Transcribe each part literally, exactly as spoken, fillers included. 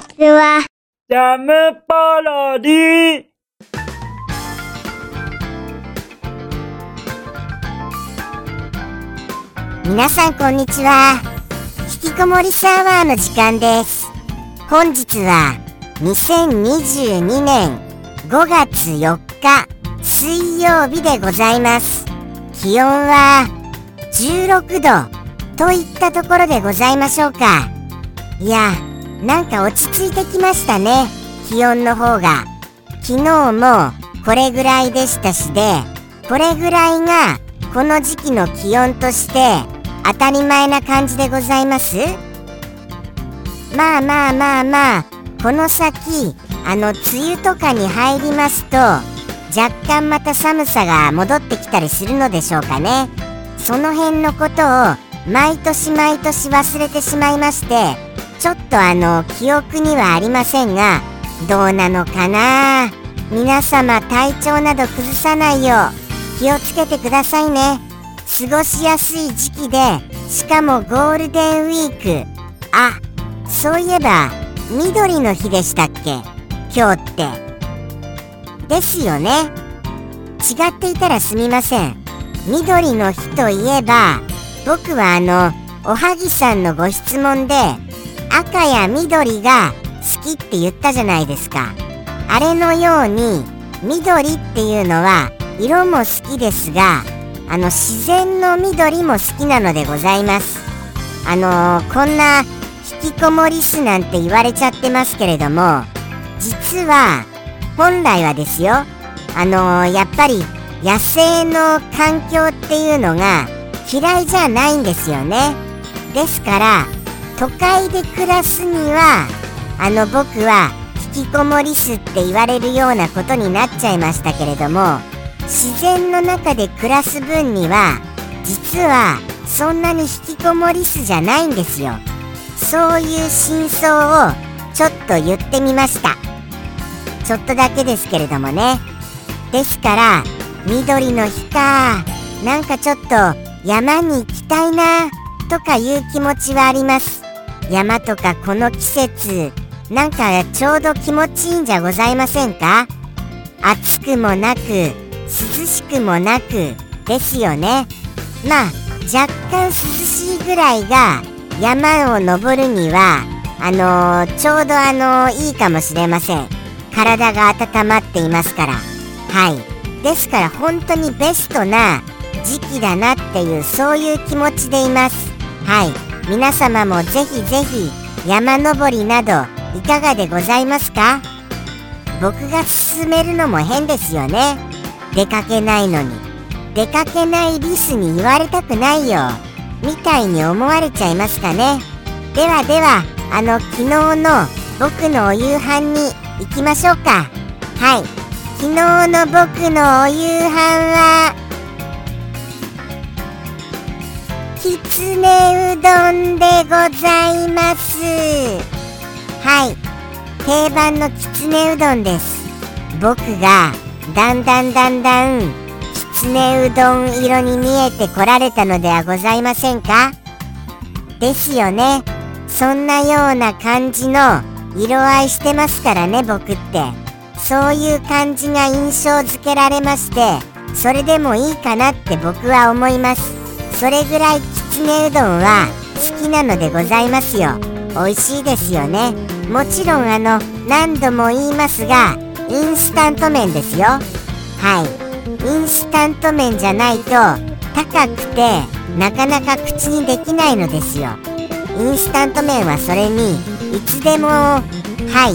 ちは。 ジャムパロディ。 皆さんこんにちは。引きこもりサワーの時間です。本日はにせんにじゅうにねんごがつよっか水曜日でございます。気温はじゅうろくどといったところでございましょうか。いや、なんか落ち着いてきましたね、気温の方が。昨日もこれぐらいでしたしで、これぐらいがこの時期の気温として当たり前な感じでございます。まあまあまあまあ、この先あの梅雨とかに入りますと若干また寒さが戻ってきたりするのでしょうかね。その辺のことを毎年毎年忘れてしまいまして、ちょっとあの記憶にはありませんが、どうなのかな。皆様体調など崩さないよう気をつけてくださいね。過ごしやすい時期で、しかもゴールデンウィーク。あ、そういえば緑の日でしたっけ、今日って。ですよね。違っていたらすみません。緑の日といえば、僕はあのおはぎさんのご質問で赤や緑が好きって言ったじゃないですか。あれのように緑っていうのは色も好きですが、あの自然の緑も好きなのでございます。あのー、こんな引きこもりすなんて言われちゃってますけれども、実は本来はですよ、あのー、やっぱり野生の環境っていうのが嫌いじゃないんですよね。ですから都会で暮らすにはあの僕は引きこもりすって言われるようなことになっちゃいましたけれども、自然の中で暮らす分には実はそんなに引きこもりすじゃないんですよ。そういう真相をちょっと言ってみました。ちょっとだけですけれどもね。ですから緑の日か、なんかちょっと山に行きたいなとかいう気持ちはあります。山とかこの季節なんかちょうど気持ちいいんじゃございませんか。暑くもなく涼しくもなくですよね。まあ若干涼しいぐらいが山を登るにはあのー、ちょうどあのー、いいかもしれません。体が温まっていますから。はい、ですから本当にベストな時期だなっていう、そういう気持ちでいます。はい、皆様もぜひぜひ山登りなどいかがでございますか。僕が勧めるのも変ですよね。出かけないのに、出かけないリスに言われたくないよみたいに思われちゃいますかね。ではでは、あの昨日の僕のお夕飯に行きましょうか。はい、昨日の僕のお夕飯はきつねうどんでございます。はい、定番のきつねうどんです。僕がだんだんだんだんきつねうどん色に見えてこられたのではございませんか。ですよね。そんなような感じの色合いしてますからね、僕って。そういう感じが印象付けられまして、それでもいいかなって僕は思います。それぐらいきつねうどんは好きなのでございますよ。美味しいですよね。もちろんあの何度も言いますが、インスタント麺ですよ。はい、インスタント麺じゃないと高くてなかなか口にできないのですよ。インスタント麺はそれにいつでも、はい、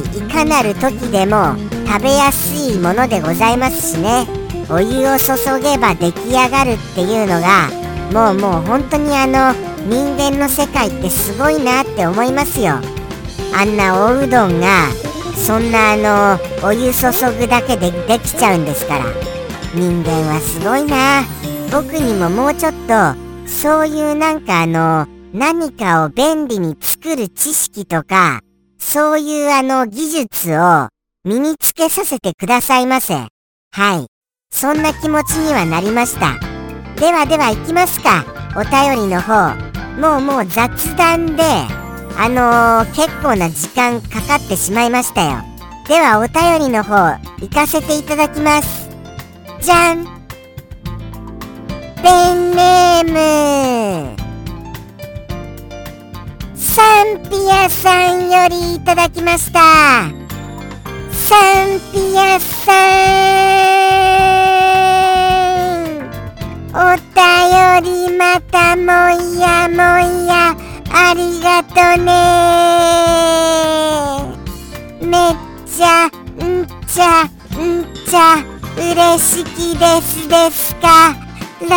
いかなる時でも食べやすいものでございますしね。お湯を注げば出来上がるっていうのがもうもう本当にあの人間の世界ってすごいなって思いますよ。あんなおうどんがそんなあのお湯注ぐだけでできちゃうんですから、人間はすごいな。僕にももうちょっとそういうなんかあの何かを便利に作る知識とか、そういうあの技術を身につけさせてくださいませ。はい、そんな気持ちにはなりました。ではでは行きますか、お便りの方。もうもう雑談であのー、結構な時間かかってしまいましたよ。ではお便りの方行かせていただきます。じゃん。ペンネームサンピアさんよりいただきました。サンピアさん、お便りまたもやもやありがとね。めっちゃんちゃんちゃ嬉しきですですから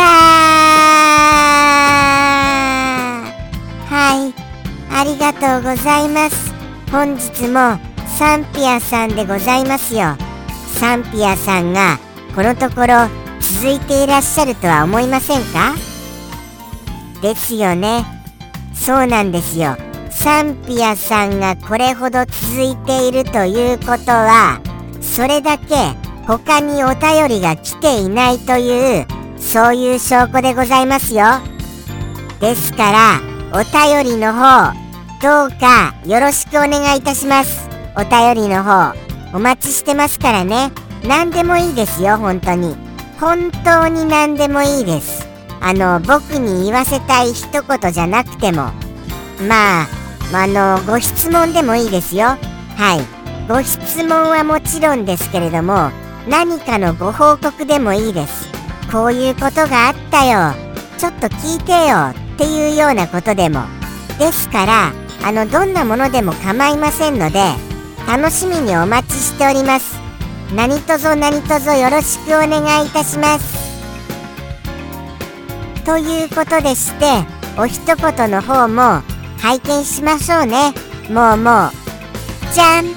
はい、ありがとうございます。本日もサンピアさんでございますよ。サンピアさんがこのところ続いていらっしゃるとは思いませんか？ですよね。そうなんですよ。サンピアさんがこれほど続いているということは、それだけ他にお便りが来ていないという、そういう証拠でございますよ。ですからお便りの方どうかよろしくお願いいたします。お便りの方お待ちしてますからね。何でもいいですよ。本当に本当に何でもいいです。あの僕に言わせたい一言じゃなくても、まああのご質問でもいいですよ。はい、ご質問はもちろんですけれども、何かのご報告でもいいです。こういうことがあったよ、ちょっと聞いてよっていうようなことでも。ですからあのどんなものでも構いませんので、楽しみにお待ちしております。何卒何卒よろしくお願いいたします。ということでして、お一言の方も拝見しましょうね。もうもうじゃん。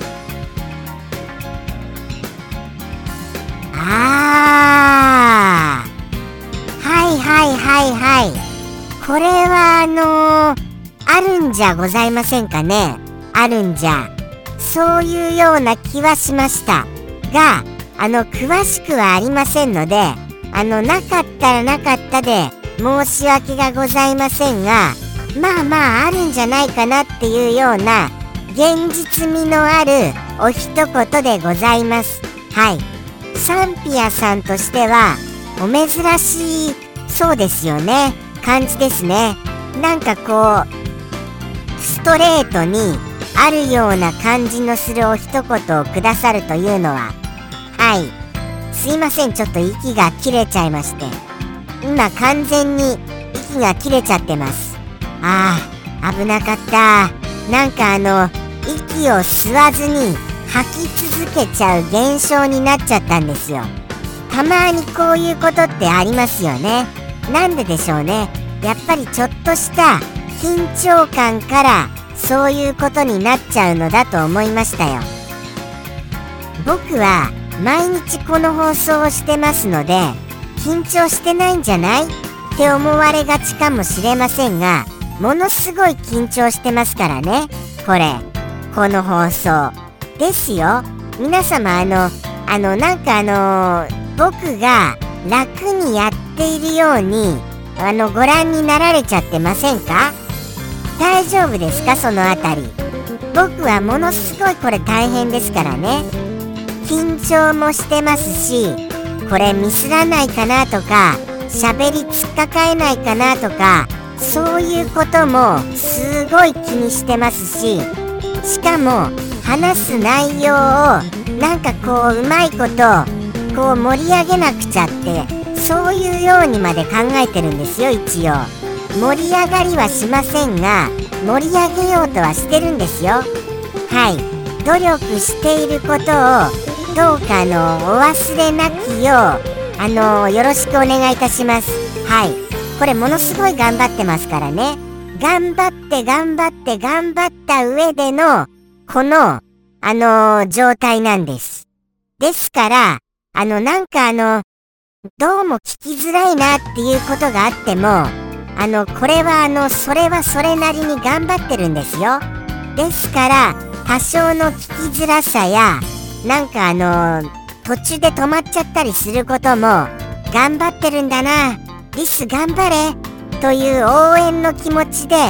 あー、はいはいはいはい、これはあのー、あるんじゃございませんかね。あるんじゃ、そういうような気はしましたが、あの詳しくはありませんので、あのなかったらなかったで申し訳がございませんが、まあまああるんじゃないかなっていうような現実味のあるお一言でございます。はい、サンピアさんとしてはお珍しいそうですよね。感じですね。なんかこうストレートにあるような感じのするお一言をくださるというのは、はい、すいません、ちょっと息が切れちゃいまして、今完全に息が切れちゃってます。ああ、危なかった。なんかあの息を吸わずに吐き続けちゃう現象になっちゃったんですよ。たまにこういうことってありますよね。なんででしょうね。やっぱりちょっとした緊張感からそういうことになっちゃうのだと思いましたよ。僕は毎日この放送をしてますので、緊張してないんじゃないって思われがちかもしれませんが、ものすごい緊張してますからね。これこの放送ですよ。皆様あのあのなんかあの僕が楽にやっているようにあのご覧になられちゃってませんか？大丈夫ですか？そのあたり僕はものすごいこれ大変ですからね。緊張もしてますし、これミスらないかなとか、喋りつっかかえないかなとか、そういうこともすごい気にしてますし、しかも話す内容をなんかこううまいことこう盛り上げなくちゃって、そういうようにまで考えてるんですよ。一応盛り上がりはしませんが、盛り上げようとはしてるんですよ。はい、努力していることをどうかあのお忘れなきようあのよろしくお願いいたします。はい、これものすごい頑張ってますからね。頑張って頑張って頑張った上でのこのあの状態なんです。ですからあのなんかあのどうも聞きづらいなっていうことがあっても、あのこれはあのそれはそれなりに頑張ってるんですよ。ですから多少の聞きづらさやなんかあの途中で止まっちゃったりすることも、頑張ってるんだな、リス頑張れという応援の気持ちで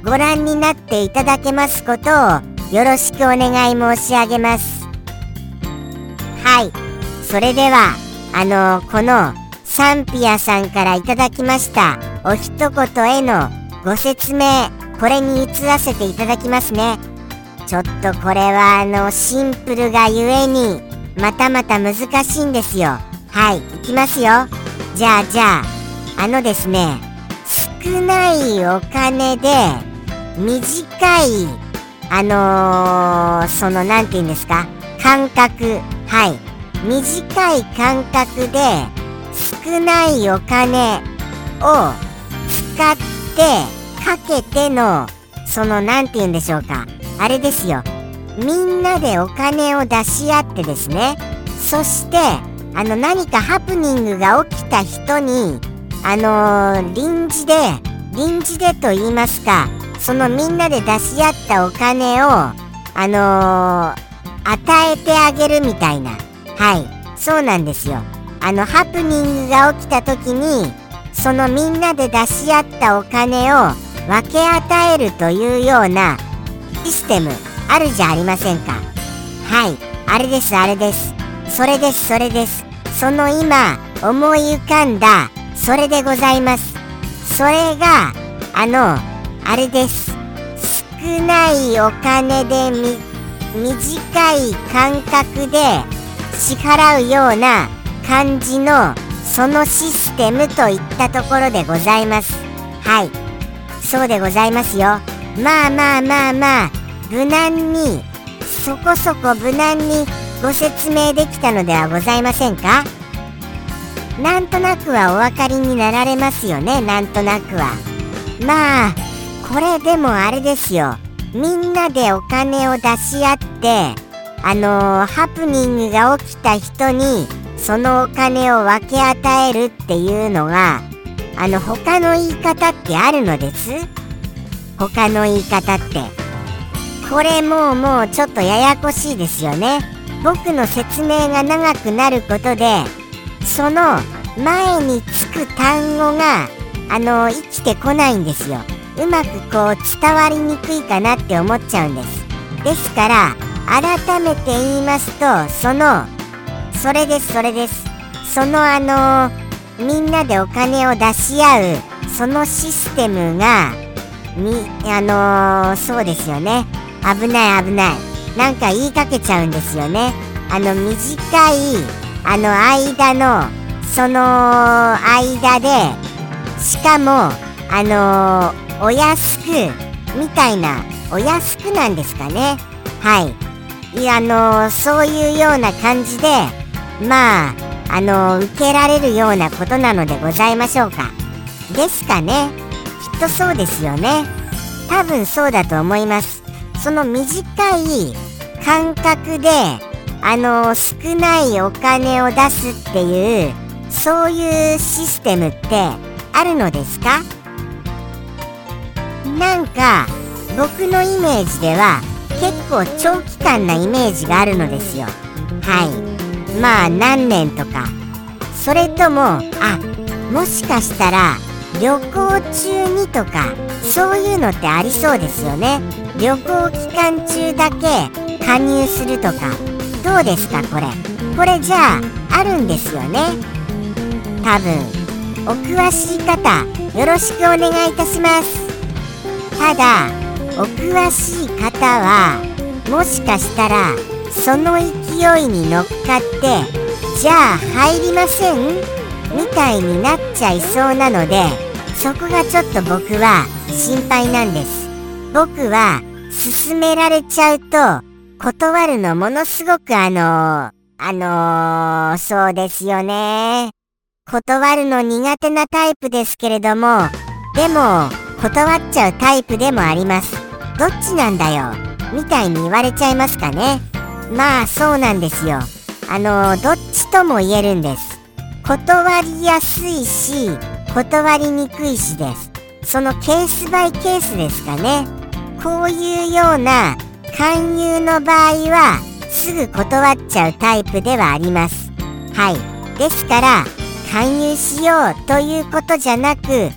ご覧になっていただけますことをよろしくお願い申し上げます。はい、それではあのこのサンピアさんからいただきましたお一言へのご説明、これに移らせていただきますね。ちょっとこれはあのシンプルがゆえにまたまた難しいんですよ。はい、いきますよ。じゃあじゃああのですね、少ないお金で短いあのー、そのなんて言うんですか、間隔、はい、短い間隔で少ないお金を使ってかけてのそのなんて言うんでしょうか、あれですよ、みんなでお金を出し合ってですね、そしてあの何かハプニングが起きた人にあのー、臨時で臨時でと言いますか、そのみんなで出し合ったお金をあのー、与えてあげるみたいな、はい、そうなんですよ。あのハプニングが起きた時にそのみんなで出し合ったお金を分け与えるというようなシステムあるじゃありませんか。はい、あれですあれです、それですそれです、その今思い浮かんだそれでございます。それがあのあれです、少ないお金でみ短い間隔で支払うような感じのそのシステムといったところでございます。はい、そうでございますよ。まあまあまあまあ無難にそこそこ無難にご説明できたのではございませんか。なんとなくはお分かりになられますよね。なんとなくは。まあこれでもあれですよ、みんなでお金を出し合ってあのー、ハプニングが起きた人にそのお金を分け与えるっていうのがあの他の言い方ってあるのです。他の言い方ってこれもうもうちょっとややこしいですよね。僕の説明が長くなることでその前につく単語があの生きてこないんですよ。うまくこう伝わりにくいかなって思っちゃうんです。ですから改めて言いますと、そのそれですそれですそのあのみんなでお金を出し合うそのシステムがみあのー、そうですよね、危ない危ない、なんか言いかけちゃうんですよね。あの短いあの間のその間でしかもあのー、お安くみたいな、お安くなんですかね。はい、いやあのー、そういうような感じでまああのー、受けられるようなことなのでございましょうか。ですかね、きっとそうですよね。多分そうだと思います。その短い間隔であのー、少ないお金を出すっていうそういうシステムってあるのですか。なんか僕のイメージでは結構長期間なイメージがあるのですよ。はい、まあ何年とか、それともあもしかしたら旅行中にとかそういうのってありそうですよね。旅行期間中だけ加入するとかどうですか。これこれじゃああるんですよね。多分お詳しい方よろしくお願いいたします。ただお詳しい方はもしかしたらその勢いに乗っかってじゃあ入りませんみたいになっちゃいそうなので、そこがちょっと僕は心配なんです。僕は勧められちゃうと断るのものすごくあのー、あのー、そうですよね、断るの苦手なタイプですけれども、でも断っちゃうタイプでもあります。どっちなんだよみたいに言われちゃいますかね。まあそうなんですよ。あのー、どっちとも言えるんです。断りやすいし断りにくいしです。そのケースバイケースですかね。こういうような勧誘の場合はすぐ断っちゃうタイプではあります。はい、ですから勧誘しようということじゃなく、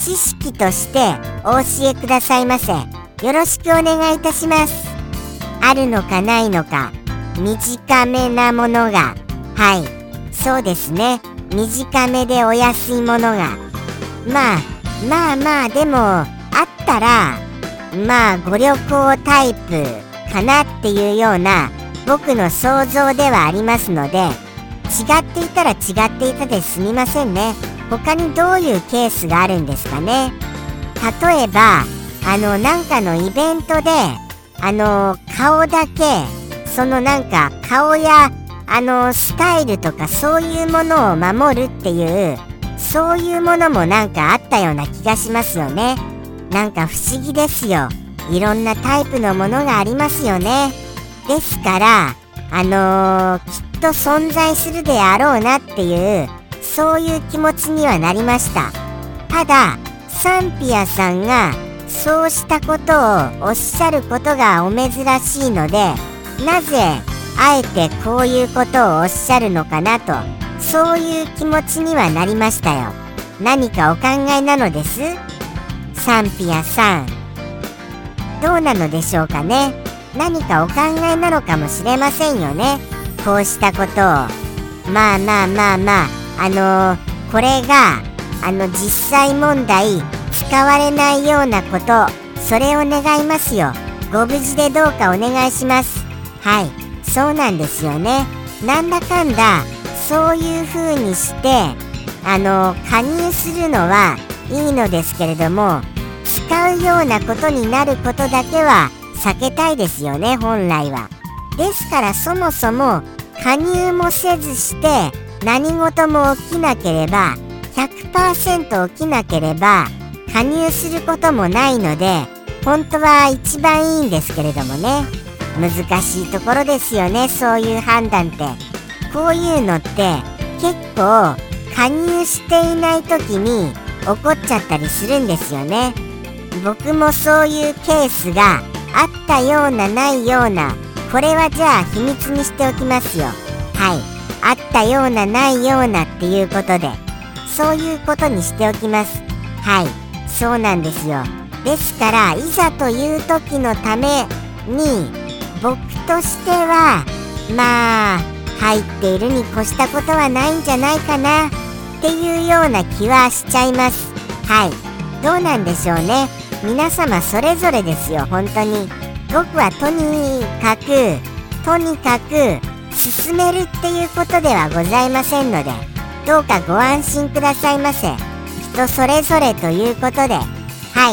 知識としてお教えくださいませ。よろしくお願いいたします。あるのかないのか、短めなものが、はい、そうですね、短めでお安いものが、まあまあまあでもあったら、まあご旅行タイプかなっていうような僕の想像ではありますので、違っていたら違っていたですみませんね。他にどういうケースがあるんですかね。例えばあのなんかのイベントで、あの顔だけ、そのなんか顔やあのスタイルとかそういうものを守るっていう、そういうものもなんかあったような気がしますよね。なんか不思議ですよ。いろんなタイプのものがありますよね。ですからあのー、きっと存在するであろうなっていう、そういう気持ちにはなりました。ただサンピアさんがそうしたことをおっしゃることがお珍しいので、なぜあえてこういうことをおっしゃるのかなと、そういう気持ちにはなりましたよ。何かお考えなのです？サンピアさん、どうなのでしょうかね。何かお考えなのかもしれませんよね、こうしたことを。まあまあまあまあ、あのー、これがあの実際問題使われないようなこと、それを願いますよ。ご無事でどうかお願いします。はい、そうなんですよね。なんだかんだそういう風にしてあの加入するのはいいのですけれども、使うようなことになることだけは避けたいですよね、本来は。ですからそもそも加入もせずして何事も起きなければ ひゃくパーセント 起きなければ加入することもないので、本当は一番いいんですけれどもね。難しいところですよね、そういう判断って。こういうのって結構加入していない時に起こっちゃったりするんですよね。僕もそういうケースがあったようなないような、これはじゃあ秘密にしておきますよ。はい、あったようなないようなっていうことで、そういうことにしておきます。はい、そうなんですよ。ですからいざという時のために、僕としてはまあ入っているに越したことはないんじゃないかなっていうような気はしちゃいます。はい、どうなんでしょうね。皆様それぞれですよ、本当に。僕はとにかくとにかく進めるっていうことではございませんので、どうかご安心くださいませ。人それぞれということで。はい、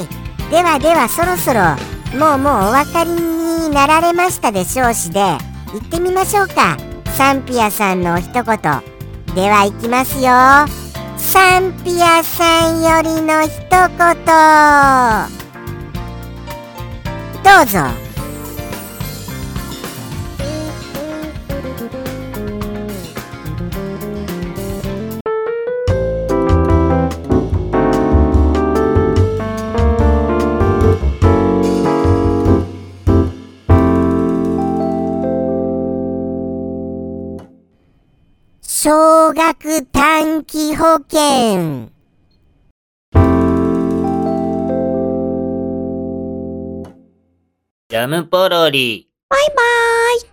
ではではそろそろもうもうお分かりになられましたでしょうしで、行ってみましょうか、サンピアさんのお一言で。は行きますよ。サンピアさんよりの一言、どうぞ。少額短期保険。 ジャムポロリ。 バイバーイ。